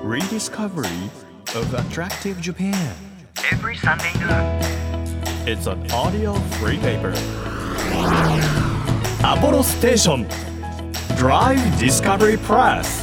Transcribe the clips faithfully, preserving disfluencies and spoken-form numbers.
rediscovery of attractive Japan. Every Sunday noon. It's an audio free paper. Apollo Station Drive Discovery Press。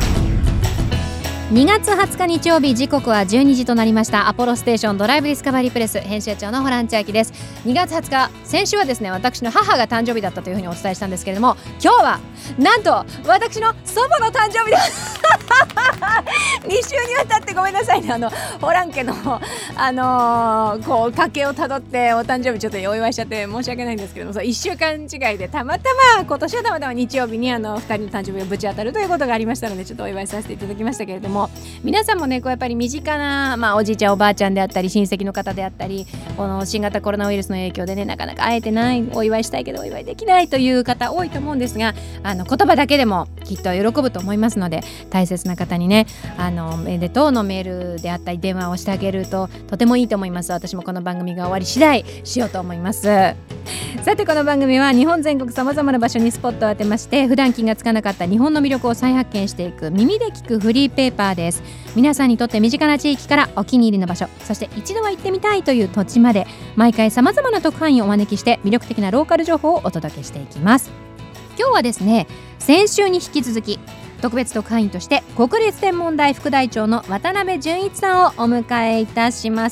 にがつはつか日曜日、時刻はじゅうにじとなりました。アポロステーションドライブディスカバリープレス編集長のホラン千秋です。にがつはつか、先週はですね、私の母が誕生日だったというふうにお伝えしたんですけれども、今日はなんと私の祖母の誕生日ですに週にわたってごめんなさいね、あのホラン家の、あのー、こう家系をたどってお誕生日ちょっとお祝いしちゃって申し訳ないんですけども、そういっしゅうかん違いでたまたま今年はたまたま日曜日にあのふたりの誕生日をぶち当たるということがありましたので、ちょっとお祝いさせていただきましたけれども、皆さんもね、こうやっぱり身近な、まあ、おじいちゃんおばあちゃんであったり親戚の方であったり、この新型コロナウイルスの影響でね、なかなか会えてない、お祝いしたいけどお祝いできないという方多いと思うんですが、あの言葉だけでもきっと喜ぶと思いますので、大切な方にね、あのめでとうのメールであったり電話をしてあげるととてもいいと思います。私もこの番組が終わり次第しようと思います。さて、この番組は日本全国さまざまな場所にスポットを当てまして、普段気がつかなかった日本の魅力を再発見していく耳で聞くフリーペーパーです。皆さんにとって身近な地域からお気に入りの場所、そして一度は行ってみたいという土地まで、毎回さまざまな特派員をお招きして魅力的なローカル情報をお届けしていきます。今日はですね、先週に引き続き特別特派員として国立天文台副台長の渡辺淳一さんをお迎えいたします。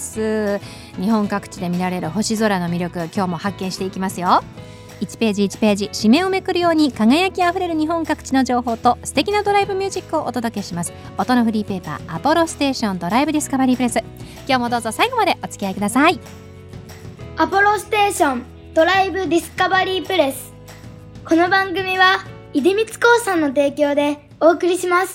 日本各地で見られる星空の魅力、今日も発見していきますよ。いちページいちページ、紙面をめくるように輝きあふれる日本各地の情報と素敵なドライブミュージックをお届けします。音のフリーペーパー、アポロステーションドライブディスカバリープレス。今日もどうぞ最後までお付き合いください。 アポロステーションドライブディスカバリープレス。この番組は出光興産の提供でお送りします。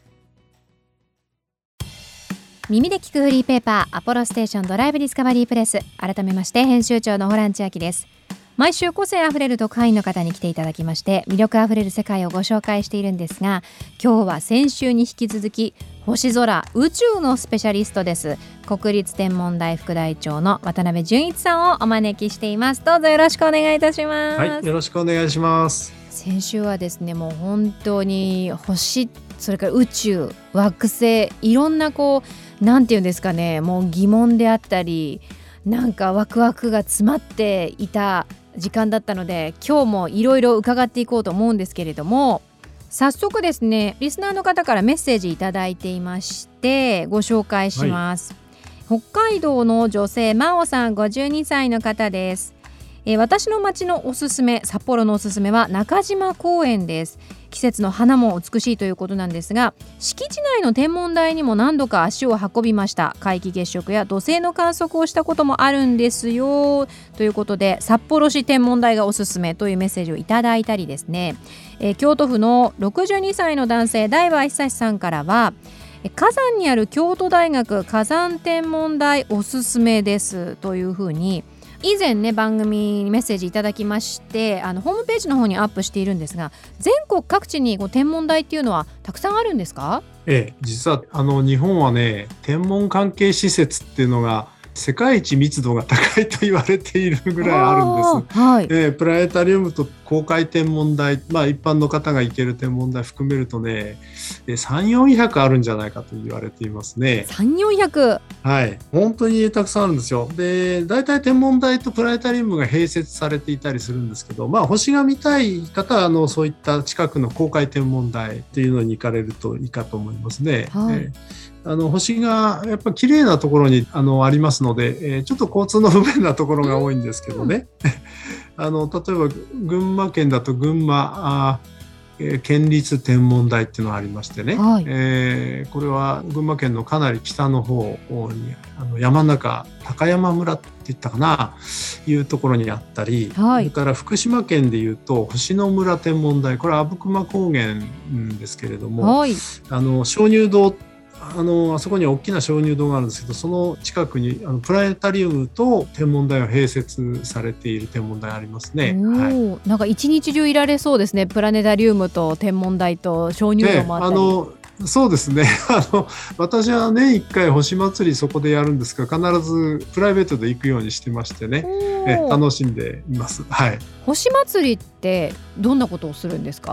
耳で聞くフリーペーパー、アポロステーションドライブディスカバリープレス。改めまして編集長のホラン千秋です。毎週個性あふれる特派員の方に来ていただきまして、魅力あふれる世界をご紹介しているんですが、今日は先週に引き続き星空宇宙のスペシャリストです。国立天文台副台長の渡辺淳一さんをお招きしています。どうぞよろしくお願いいたします。 はい、よろしくお願いします。 先週はですね、もう本当に星、それから宇宙、惑星、いろんなこうなんていうんですかね、もう疑問であったり、なんかワクワクが詰まっていた時間だったので、今日もいろいろ伺っていこうと思うんですけれども、早速ですね、リスナーの方からメッセージいただいていましてご紹介します、はい、北海道の女性真央さん、ごじゅうにさいの方です。えー、私の町のおすすめ、札幌のおすすめは中島公園です。季節の花も美しいということなんですが、敷地内の天文台にも何度か足を運びました。皆既月食や土星の観測をしたこともあるんですよということで、札幌市天文台がおすすめというメッセージをいただいたりですね、えー、京都府のろくじゅうにさいの男性大場久さんからは、火山にある京都大学火山天文台おすすめですというふうに以前ね、番組にメッセージいただきまして、あのホームページの方にアップしているんですが、全国各地にこう天文台っていうのはたくさんあるんですか？ ええ、実はあの日本はね、天文関係施設っていうのが世界一密度が高いと言われているぐらいあるんです。はい、えー、プラネタリウムと公開天文台、まあ、一般の方が行ける天文台含めるとね、さんびゃく、よんひゃくあるんじゃないかと言われていますね。 さんびゃく、よんひゃく、 はい、本当にたくさんあるんですよ。で、大体天文台とプラネタリウムが併設されていたりするんですけど、まあ、星が見たい方はあのそういった近くの公開天文台っていうのに行かれるといいかと思いますね。はい、えーあの星がやっぱ綺麗なところに あのありますので、えー、ちょっと交通の不便なところが多いんですけどね、あの例えば群馬県だと群馬あ、えー、県立天文台っていうのがありましてね、はい、えー、これは群馬県のかなり北の方にあの山中高山村って言ったかないうところにあったり、はい、それから福島県でいうと星野村天文台、これは阿武隈高原ですけれども、はい、あの鍾乳洞、あのあそこには大きな鍾乳洞があるんですけど、その近くにあのプラネタリウムと天文台が併設されている天文台ありますね。はい、 なんか一日中いられそうですね。プラネタリウムと天文台と鍾乳洞もあったり、ね、あのそうですねあの私は年いっかい星祭りそこでやるんですが、必ずプライベートで行くようにしてましてね、え楽しんでいます。はい、 星祭りってどんなことをするんですか？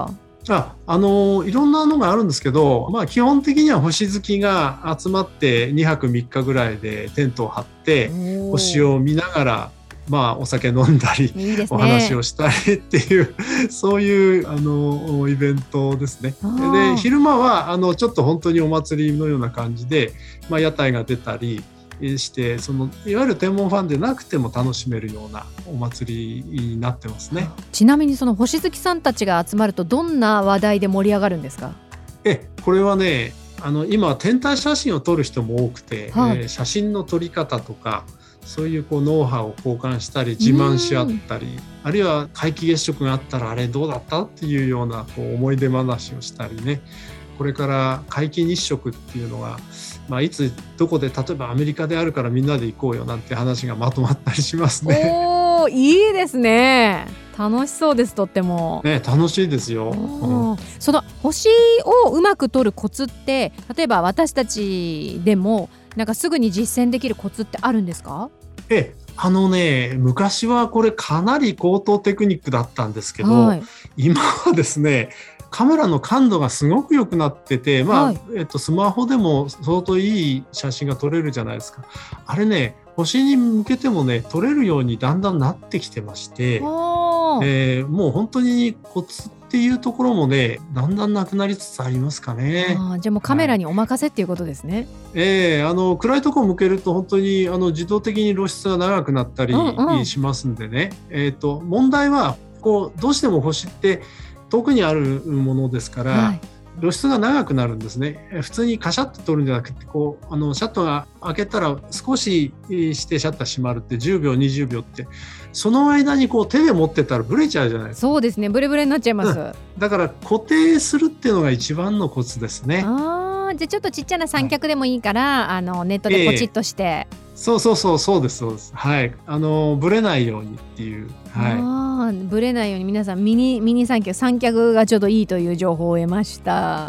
あ、あのいろんなのがあるんですけど、まあ、基本的には星好きが集まってにはくみっかぐらいでテントを張って星を見ながら、まあ、お酒飲んだりいいですね、 お話をしたりっていうそういうあのイベントですね。で昼間はあのちょっと本当にお祭りのような感じで、まあ、屋台が出たりしてそのいわゆる天文ファンでなくても楽しめるようなお祭りになってますね。 ちなみにその星好きさんたちが集まるとどんな話題で盛り上がるんですか？ えこれはねあの今天体写真を撮る人も多くて、 はい、 えー、写真の撮り方とかそういうこうノウハウを交換したり自慢し合ったり、あるいは皆既月食があったらあれどうだったっていうようなこう思い出話をしたりね。これから皆既日食っていうのが、まあ、いつどこで例えばアメリカであるからみんなで行こうよなんて話がまとまったりしますね。 おー、いいですね。楽しそうです。とっても、 ね、楽しいですよ、 うん、その星をうまく撮るコツって例えば私たちでもなんかすぐに実践できるコツってあるんですか？ えあのね昔はこれかなり高等テクニックだったんですけど、はい、今はですねカメラの感度がすごく良くなってて、まあはいえっと、スマホでも相当いい写真が撮れるじゃないですか。あれね星に向けてもね撮れるようにだんだんなってきてまして、えー、もう本当にコツっていうところもねだんだんなくなりつつありますかね。 あじゃあもうカメラにお任せっていうことですね。はい、 えー、あの暗いところを向けると本当にあの自動的に露出が長くなったりしますんでね、うんうんえー、と問題はこうどうしても星って遠くにあるものですから、はい、露出が長くなるんですね。普通にカシャッと撮るんじゃなくてこうあのシャッターが開けたら少ししてシャッター閉まるってじゅうびょうにじゅうびょうってその間にこう手で持ってたらブレちゃうじゃないですか。 そうですねブレブレになっちゃいます、うん、 だから固定するっていうのが一番のコツですね。 あじゃあちょっとちっちゃな三脚でもいいから、はい、あのネットでポチッとして、えー、 そうそうそうそうですそうですはいあのブレないようにっていう、はい、 あブレないように皆さんミニミニ三脚三脚がちょっといいという情報を得ました。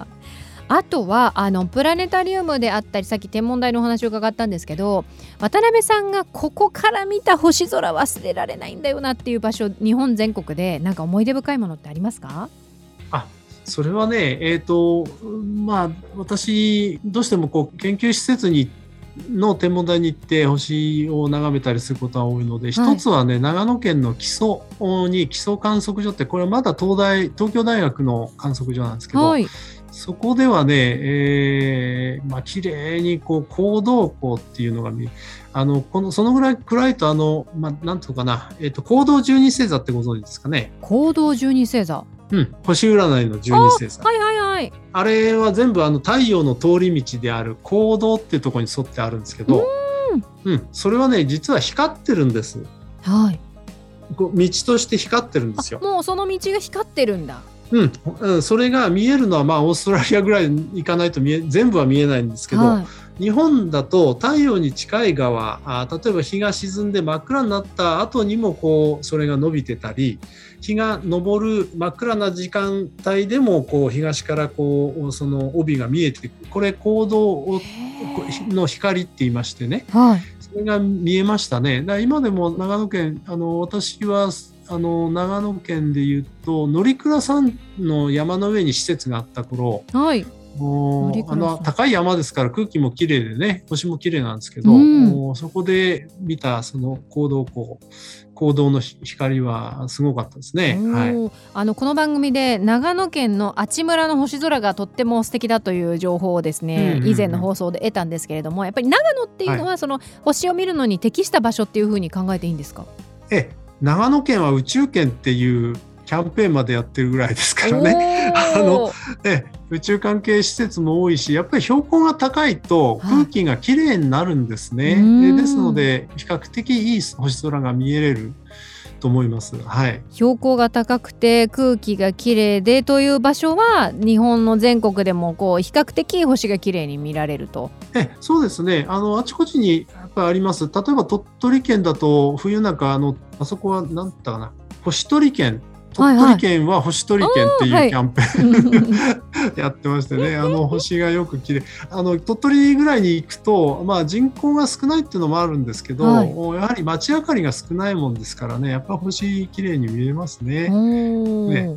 あとはあのプラネタリウムであったりさっき天文台のお話を伺ったんですけど渡辺さんがここから見た星空忘れられないんだよなっていう場所日本全国でなんか思い出深いものってありますか？ あそれはねえっとまあ私どうしてもこう研究施設にの天文台に行って星を眺めたりすることが多いので、はい、一つはね長野県の木曽に木曽観測所ってこれはまだ東大東京大学の観測所なんですけど、はい、そこではね、えーまあ綺麗にこう黄道光っていうのが見あのこのそのぐらい暗いとあの、まあ、なんとかな、えーと、黄道十二星座ってご存知ですかね。 黄道十二星座うん、星占いの十二星座あ,、はいはいはい、 あれは全部あの太陽の通り道である黄道っていうところに沿ってあるんですけど、うん、うん、それはね実は光ってるんです、 はい、 こう道として光ってるんですよ。 もうその道が光ってるんだ。 うんうん、それが見えるのはまあオーストラリアぐらい行かないと見え全部は見えないんですけど、はい、日本だと太陽に近い側あ例えば日が沈んで真っ暗になった後にもこうそれが伸びてたり日が昇る真っ暗な時間帯でもこう東からこうその帯が見えてくるこれ黄道の光って言いましてね、はい、それが見えましたね。だから今でも長野県あの私はあの長野県でいうと乗鞍山の山の上に施設があった頃、はい、もうあの高い山ですから空気もきれいでね星もきれいなんですけど、うん、もうそこで見たその黄道光黄道の光はすごかったですね、はい、 あのこの番組で長野県の阿智村の星空がとっても素敵だという情報をですね、うんうんうん、以前の放送で得たんですけれどもやっぱり長野っていうのはその星を見るのに適した場所っていうふうに考えていいんですか？ ええ長野県は宇宙圏っていうキャンペーンまでやってるぐらいですからねあのね宇宙関係施設も多いしやっぱり標高が高いと空気がきれいになるんですね、はい、ですので比較的いい星空が見えれると思います、はい、 標高が高くて空気がきれいでという場所は日本の全国でもこう比較的星がきれいに見られると。 えそうですね あのあちこちにやっぱりあります。例えば鳥取県だと冬中あのあそこは何だったかな星取県鳥取県は星取県っていうキャンペーン、はい、やってましてねあの星がよくきれいあの鳥取ぐらいに行くと、まあ、人口が少ないっていうのもあるんですけど、はい、やはり街明かりが少ないもんですからねやっぱ星きれいに見えますね。ね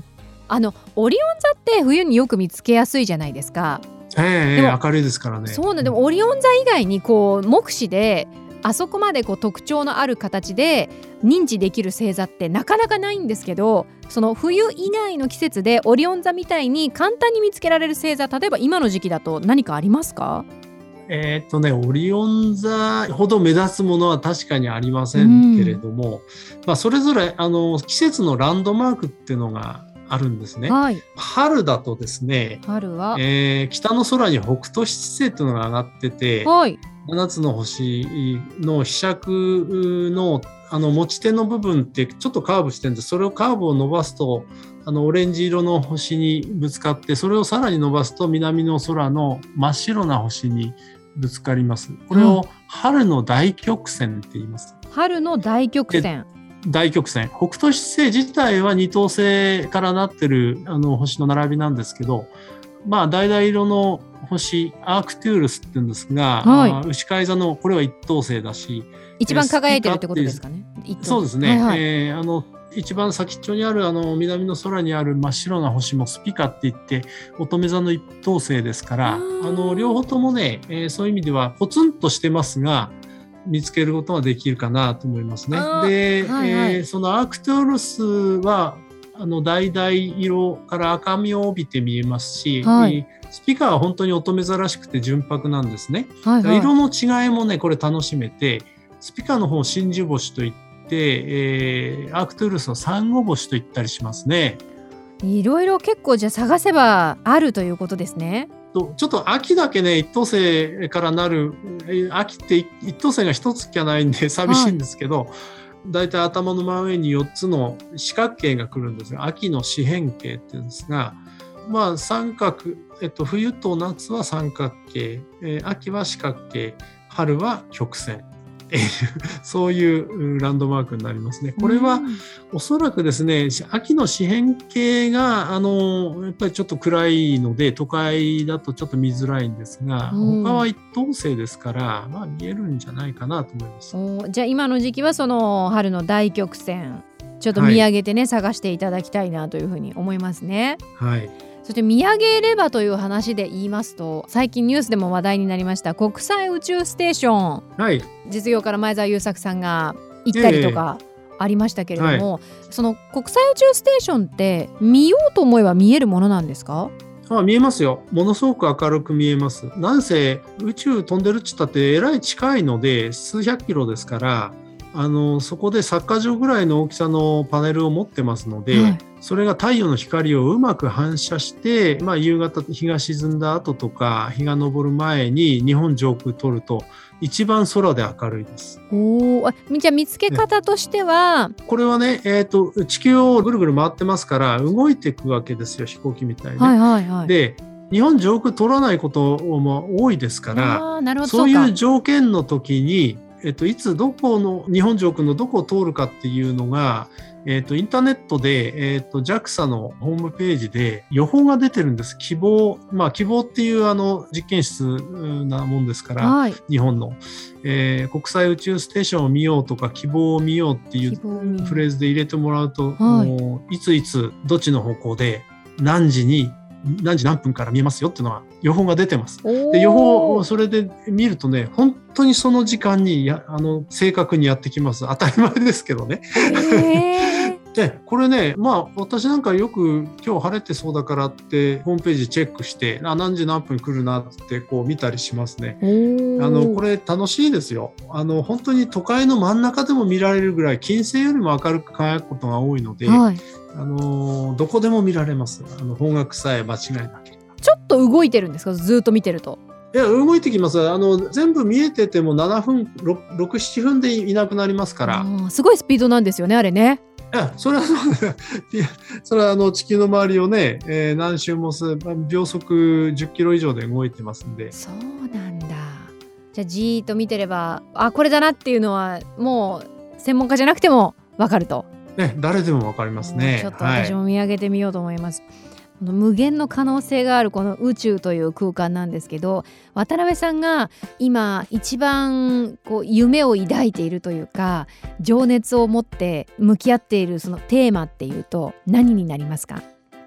あのオリオン座って冬によく見つけやすいじゃないですか。 ええでも明るいですからね。 そうね、でもオリオン座以外にこう目視であそこまでこう特徴のある形で認知できる星座ってなかなかないんですけど、その冬以外の季節でオリオン座みたいに簡単に見つけられる星座、例えば今の時期だと何かありますか？ えーっとね、オリオン座ほど目立つものは確かにありませんけれども、うんまあ、それぞれあの季節のランドマークっていうのがあるんですね。 はい、 春だとですね、 春は、 えー北の空に北斗七星っていうのが上がってて、 はい、 ななつの星の被釈のあの持ち手の部分ってちょっとカーブしてるんで、それをカーブを伸ばすとあのオレンジ色の星にぶつかって、それをさらに伸ばすと南の空の真っ白な星にぶつかります。これを春の大曲線って言います。 春の大曲線。 大曲線。北斗七星自体は二等星からなってるあの星の並びなんですけど、まあ橙色の星アークトゥールスって言うんですが、 はいあ牛飼い座のこれは一等星だし、 一番輝いてるってことですかね。 そうですね、 はいはい、 えーあの一番先っちょにあるあの南の空にある真っ白な星もスピカって言って乙女座の一等星ですから、あの両方ともね、えーそういう意味ではポツンとしてますが見つけることができるかなと思いますね。で、 はいはいえーそのアークトゥールスはあの橙色から赤みを帯びて見えますし、 はいえースピカは本当に乙女座らしくて純白なんですね。 はいはい、 色の違いもねこれ楽しめて、スピカの方真珠星といって、えー、アークトゥールスのサンゴ星と言ったりしますね。 いろいろ結構じゃあ探せばあるということですね。 とちょっと秋だけね一等星からなる、えー秋って一等星が一つしかないんで寂しいんですけど、だいたい頭の真上によっつの四角形が来るんですが、秋の四辺形っていうんですが、まあ三角、えっと、冬と夏は三角形、えー秋は四角形、春は曲線、そういうランドマークになりますね。これはおそらくですね、秋の四辺形があのやっぱりちょっと暗いので都会だとちょっと見づらいんですが、 うん他は一等星ですから、まあ、見えるんじゃないかなと思います。 おじゃあ今の時期はその春の大曲線ちょっと見上げてね、はい、探していただきたいなというふうに思いますね。 はい。 そして見上げればという話で言いますと、最近ニュースでも話題になりました国際宇宙ステーション、 はい、 実業家の前澤友作さんが行ったりとかありましたけれども、えーはい、その国際宇宙ステーションって見ようと思えば見えるものなんですか？ あ、見えますよ。ものすごく明るく見えます。なんせ宇宙飛んでるっちったってえらい近いので数百キロですから、あのそこでサッカー場ぐらいの大きさのパネルを持ってますので、はい、それが太陽の光をうまく反射して、まあ、夕方日が沈んだ後とか日が昇る前に日本上空撮ると一番空で明るいです。 おー、じゃあ見つけ方としては、 ね、これはね、えーと、地球をぐるぐる回ってますから動いていくわけですよ、飛行機みたいに、 はいはいはい、 で日本上空撮らないことも多いですから、 あ、なるほど、 そういう条件の時にえっと、いつどこの日本上空のどこを通るかっていうのが、えっと、インターネットで、えっと、ジャクサ のホームページで予報が出てるんです。希望、まあ希望っていうあの実験室なもんですから、はい、日本の、えー、国際宇宙ステーションを見ようとか希望を見ようっていうフレーズで入れてもらうと、はい、もういついつどっちの方向で何時に何時何分から見えますよっていうのは予報が出てます。で予報をそれで見るとね、本当にその時間にやあの正確にやってきます。当たり前ですけどね。でこれね、まあ私なんかよく今日晴れてそうだからってホームページチェックしてあ何時何分来るなってこう見たりしますね。あのこれ楽しいですよ。あの本当に都会の真ん中でも見られるぐらい金星よりも明るく輝くことが多いので、はい、あのどこでも見られます。あの方角さえ間違いなければ。 ちょっと動いてるんですか？ずっと見てると。 いや動いてきます。あの全部見えててもななふんろく、ななふんでいなくなりますから。 すごいスピードなんですよね、あれね。 いやそれはそれはあの地球の周りをね、えー、何周もす秒速じゅっキロ以上で動いてますんで。 そうなんだ。じゃあじーっと見てればあこれだなっていうのはもう専門家じゃなくても分かると、 ね、誰でも分かりますね。 ちょっと私も見上げてみようと思います、はい。この無限の可能性があるこの宇宙という空間なんですけど、渡辺さんが今一番こう夢を抱いているというか情熱を持って向き合っているそのテーマっていうと何になりますか？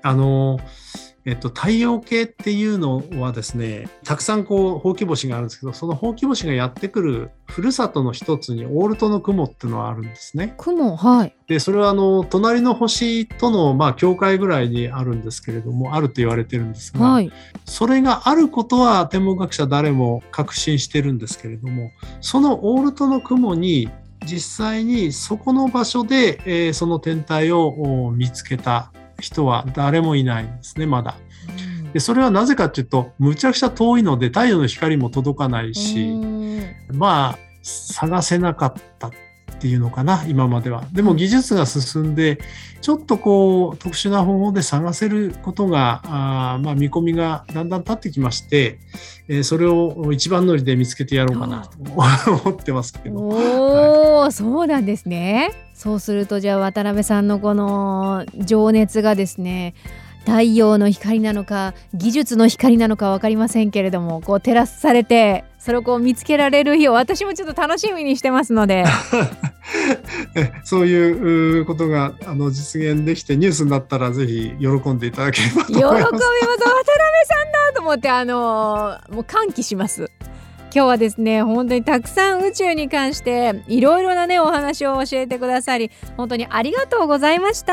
あのえっと、太陽系っていうのはですね、たくさんこうほうき星があるんですけど、そのほうき星がやってくるふるさとの一つにオールトの雲っていうのはあるんですね。 雲、はい。 でそれはあの隣の星とのまあ境界ぐらいにあるんですけれども、あると言われてるんですが、 はい、それがあることは天文学者誰も確信してるんですけれども、そのオールトの雲に実際にそこの場所で、えー、その天体を見つけた人は誰もいないんですね、まだ。でそれはなぜかというと、むちゃくちゃ遠いので太陽の光も届かないし、まあ探せなかったっていうのかな、今までは。でも技術が進んでちょっとこう特殊な方法で探せることがあ、まあ、見込みがだんだん立ってきまして、えー、それを一番乗りで見つけてやろうかなと思ってますけど。 お、はい、そうなんですね。そうするとじゃあ渡辺さんのこの情熱がですね、太陽の光なのか技術の光なのか分かりませんけれども、こう照らされてそれをこう見つけられる日を私もちょっと楽しみにしてますのでそういうことがあの実現できてニュースになったらぜひ喜んでいただければと思います。喜びます。渡辺さんだと思ってあのー、もう歓喜します。今日はですね、本当にたくさん宇宙に関していろいろなねお話を教えてくださり、本当にありがとうございました。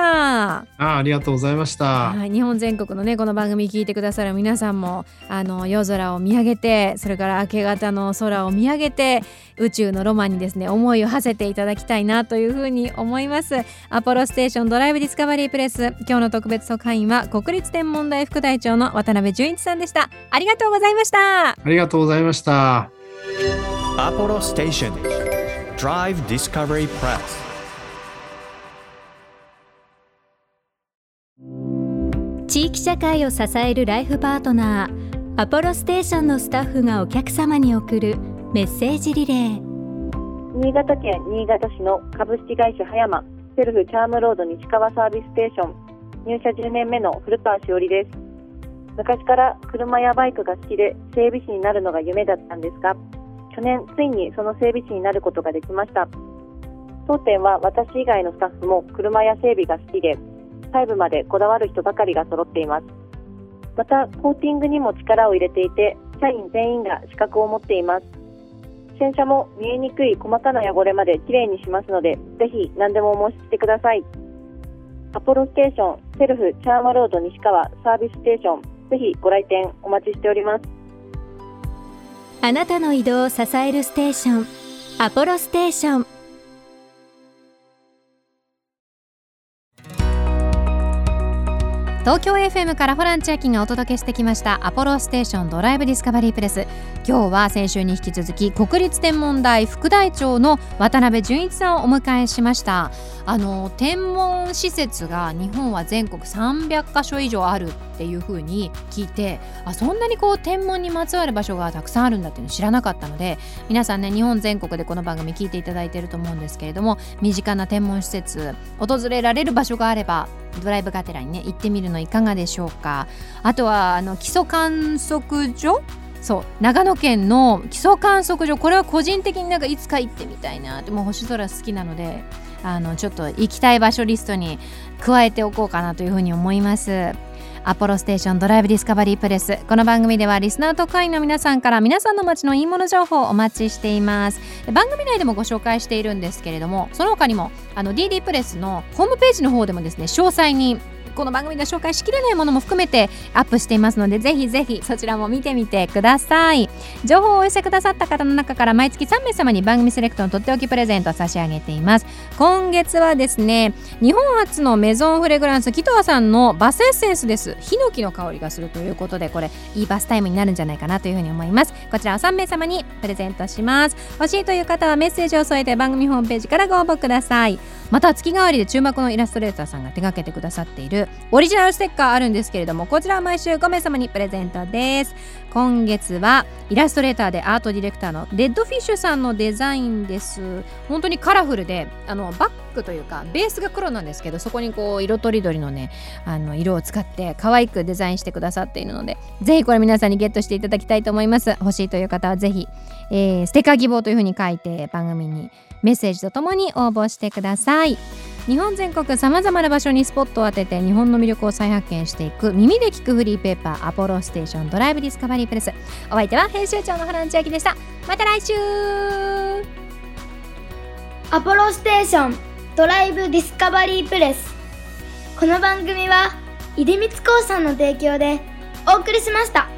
あありがとうございました。 はい、日本全国のねこの番組聞いてくださる皆さんもあの夜空を見上げて、それから明け方の空を見上げて宇宙のロマンにですね思いを馳せていただきたいなというふうに思います。アポロステーションドライブディスカバリープレス、今日の特別特派員は国立天文台副台長の渡辺淳一さんでした。ありがとうございました。 ありがとうございました。 アポロステーション Drive Discovery Press。 地域社会を支えるライフパートナー、アポロステーションのスタッフがお客様に送るメッセージリレー。 新潟県新潟市の株式会社葉山セルフチャームロード西川サービスステーション入社じゅうねんめの古川しおりです。昔から車やバイクが好きで整備士になるのが夢だったんですが、去年ついにその整備士になることができました。当店は私以外のスタッフも車や整備が好きで、細部までこだわる人ばかりが揃っています。またコーティングにも力を入れていて、社員全員が資格を持っています。洗車も見えにくい細かな汚れまできれいにしますので、ぜひ何でもお申し付けください。アポロステーションセルフチャームロード西川サービスステーション、ぜひご来店お待ちしております。 あなたの移動を支えるステーション、アポロステーション。 東京 エフエム からホラン千秋がお届けしてきましたアポロステーションドライブディスカバリープレス。今日は先週に引き続き国立天文台副台長の渡辺淳一さんをお迎えしました。あの天文施設が日本は全国さんびゃっかしょ以上あるっていう風に聞いて、あそんなにこう天文にまつわる場所がたくさんあるんだっていうのを知らなかったので、皆さんね日本全国でこの番組聞いていただいていると思うんですけれども、身近な天文施設訪れられる場所があればドライブがてらにね行ってみるのいかがでしょうか。あとはあの基礎観測所、そう長野県の基礎観測所、これは個人的になんかいつか行ってみたいなって、もう星空好きなのであのちょっと行きたい場所リストに加えておこうかなというふうに思います。アポロステーションドライブディスカバリープレス、この番組ではリスナーと会員の皆さんから皆さんの街のいいもの情報をお待ちしています。番組内でもご紹介しているんですけれども、その他にもあの ディーディー プレスのホームページの方でもですね、詳細にこの番組で紹介しきれないものも含めてアップしていますので、ぜひぜひそちらも見てみてください。情報をお寄せくださった方の中から毎月さんめい様に番組セレクトのとっておきプレゼントを差し上げています。今月はですね、日本初のメゾンフレグランスキトアさんのバスエッセンスです。ヒノキの香りがするということで、これいいバスタイムになるんじゃないかなというふうに思います。こちらをさんめい様にプレゼントします。欲しいという方はメッセージを添えて番組ホームページからご応募ください。また月替わりで注目のイラストレーターさんが手掛けてくださっているオリジナルステッカーあるんですけれども、こちらは毎週ごめい様にプレゼントです。今月はイラストレーターでアートディレクターのレッドフィッシュさんのデザインです。本当にカラフルで、あのバッグというかベースが黒なんですけど、そこにこう色とりどりのねあの色を使って可愛くデザインしてくださっているので、ぜひこれ皆さんにゲットしていただきたいと思います。欲しいという方はぜひ、えー、ステッカー希望というふうに書いて番組にメッセージとともに応募してください。 日本全国さまざまな場所にスポットを当てて日本の魅力を再発見していく耳で聞くフリーペーパーアポロステーションドライブディスカバリープレス。お相手は編集長のホラン千秋でした。また来週。 アポロステーションドライブディスカバリープレス。この番組は出光興産の提供でお送りしました。